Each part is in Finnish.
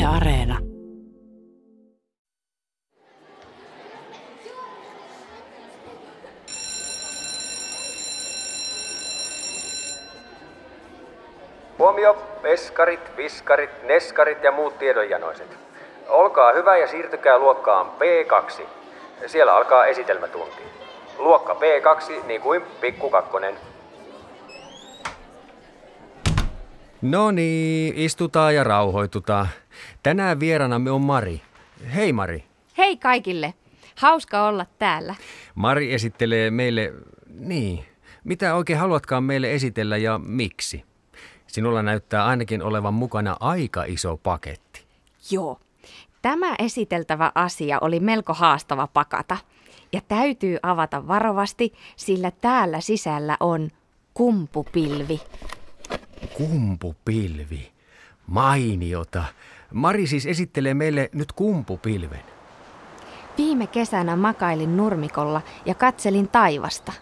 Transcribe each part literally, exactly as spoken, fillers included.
Areena. Huomio, peskarit, viskarit, neskarit ja muut tiedonjanoiset. Olkaa hyvä ja siirtykää luokkaan P kaksi. Siellä alkaa esitelmätunti. Luokka P kaksi, niin kuin pikku kakkonen. No niin, istutaan ja rauhoitutaan. Tänään vieraanamme on Mari. Hei Mari. Hei kaikille. Hauska olla täällä. Mari esittelee meille, niin, mitä oikein haluatkaan meille esitellä ja miksi? Sinulla näyttää ainakin olevan mukana aika iso paketti. Joo. Tämä esiteltävä asia oli melko haastava pakata. Ja täytyy avata varovasti, sillä täällä sisällä on kumpupilvi. Kumpupilvi. Mainiota. Mari siis esittelee meille nyt kumpupilven. Viime kesänä makailin nurmikolla ja katselin taivasta.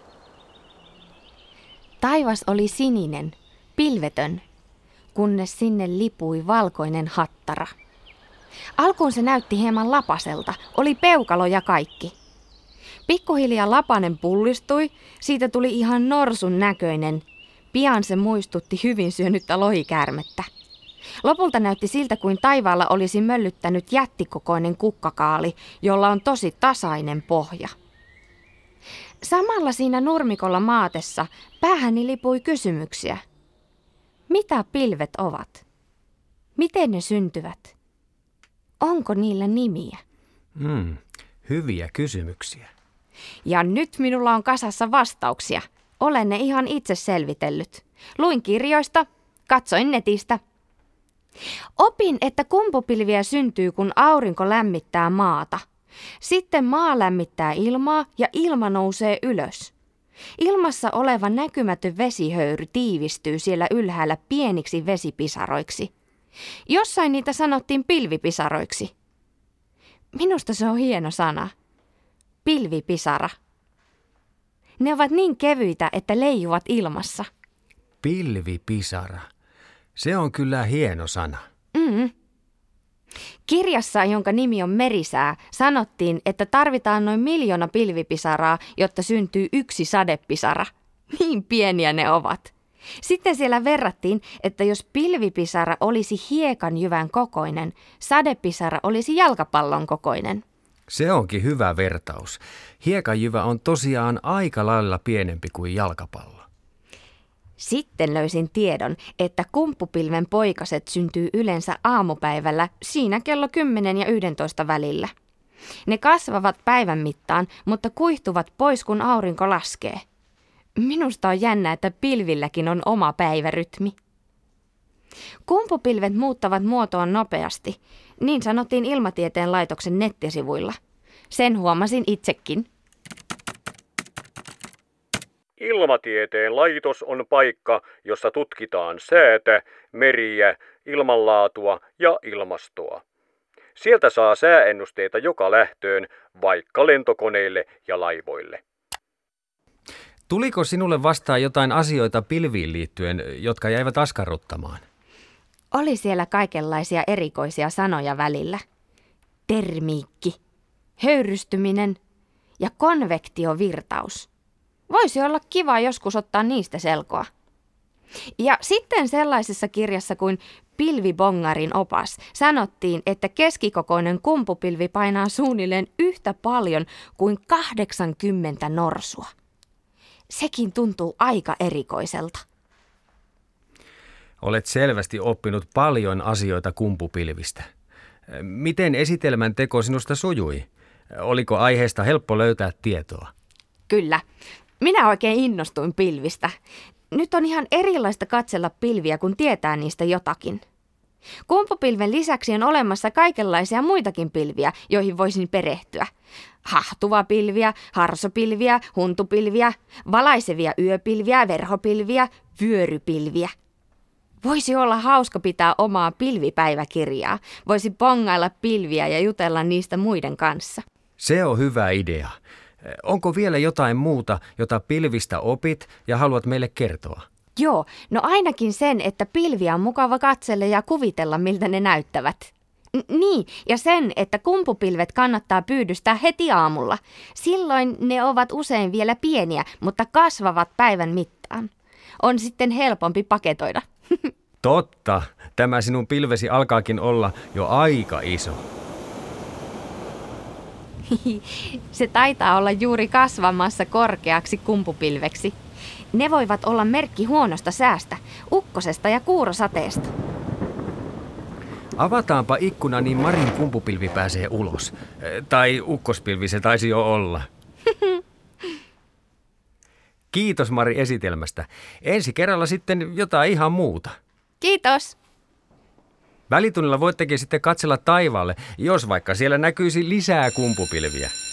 Taivas oli sininen, pilvetön, kunnes sinne lipui valkoinen hattara. Alkuun se näytti hieman lapaselta, oli peukalo ja kaikki. Pikkuhiljaa lapanen pullistui, siitä tuli ihan norsun näköinen. Pian se muistutti hyvin syönyttä lohikäärmettä. Lopulta näytti siltä, kuin taivaalla olisi möllyttänyt jättikokoinen kukkakaali, jolla on tosi tasainen pohja. Samalla siinä nurmikolla maatessa päähäni lipui kysymyksiä. Mitä pilvet ovat? Miten ne syntyvät? Onko niillä nimiä? Mm, hyviä kysymyksiä. Ja nyt minulla on kasassa vastauksia. Olen ne ihan itse selvitellyt. Luin kirjoista, katsoin netistä. Opin, että kumpupilviä syntyy, kun aurinko lämmittää maata. Sitten maa lämmittää ilmaa ja ilma nousee ylös. Ilmassa oleva näkymätön vesihöyry tiivistyy siellä ylhäällä pieniksi vesipisaroiksi. Jossain niitä sanottiin pilvipisaroiksi. Minusta se on hieno sana. Pilvipisara. Ne ovat niin kevyitä, että leijuvat ilmassa. Pilvipisara. Se on kyllä hieno sana. Mm. Kirjassa, jonka nimi on Merisää, sanottiin, että tarvitaan noin miljoona pilvipisaraa, jotta syntyy yksi sadepisara. Niin pieniä ne ovat. Sitten siellä verrattiin, että jos pilvipisara olisi hiekanjyvän kokoinen, sadepisara olisi jalkapallon kokoinen. Se onkin hyvä vertaus. Hiekanjyvä on tosiaan aika lailla pienempi kuin jalkapallo. Sitten löysin tiedon, että kumppupilven poikaset syntyy yleensä aamupäivällä siinä kello kymmenen ja yksitoista välillä. Ne kasvavat päivän mittaan, mutta kuihtuvat pois, kun aurinko laskee. Minusta on jännä, että pilvilläkin on oma päivärytmi. Kumpupilvet muuttavat muotoaan nopeasti, niin sanottiin Ilmatieteen laitoksen nettisivuilla. Sen huomasin itsekin. Ilmatieteen laitos on paikka, jossa tutkitaan säätä, meriä, ilmanlaatua ja ilmastoa. Sieltä saa sääennusteita joka lähtöön, vaikka lentokoneille ja laivoille. Tuliko sinulle vastaan jotain asioita pilviin liittyen, jotka jäivät askarruttamaan? Oli siellä kaikenlaisia erikoisia sanoja välillä. Termiikki, höyrystyminen ja konvektiovirtaus. Voisi olla kiva joskus ottaa niistä selkoa. Ja sitten sellaisessa kirjassa kuin Pilvibongarin opas sanottiin, että keskikokoinen kumpupilvi painaa suunnilleen yhtä paljon kuin kahdeksankymmentä norsua. Sekin tuntuu aika erikoiselta. Olet selvästi oppinut paljon asioita kumpupilvistä. Miten esitelmän teko sinusta sujui? Oliko aiheesta helppo löytää tietoa? Kyllä. Minä oikein innostuin pilvistä. Nyt on ihan erilaista katsella pilviä, kun tietää niistä jotakin. Kumpupilven lisäksi on olemassa kaikenlaisia muitakin pilviä, joihin voisin perehtyä. Hahtuvapilviä, harsopilviä, huntupilviä, valaisevia yöpilviä, verhopilviä, vyörypilviä. Voisi olla hauska pitää omaa pilvipäiväkirjaa. Voisi bongailla pilviä ja jutella niistä muiden kanssa. Se on hyvä idea. Onko vielä jotain muuta, jota pilvistä opit ja haluat meille kertoa? Joo, no ainakin sen, että pilviä on mukava katsella ja kuvitella, miltä ne näyttävät. N- niin, ja sen, että kumpupilvet kannattaa pyydystää heti aamulla. Silloin ne ovat usein vielä pieniä, mutta kasvavat päivän mittaan. On sitten helpompi paketoida. Totta, tämä sinun pilvesi alkaakin olla jo aika iso. Se taitaa olla juuri kasvamassa korkeaksi kumpupilveksi. Ne voivat olla merkki huonosta säästä, ukkosesta ja kuurosateesta. Avataanpa ikkuna, niin Marin kumpupilvi pääsee ulos. Tai ukkospilvi se taisi jo olla. Kiitos Mari esitelmästä. Ensi kerralla sitten jotain ihan muuta. Kiitos! Välitunnilla voittekin sitten katsella taivaalle, jos vaikka siellä näkyisi lisää kumpupilviä.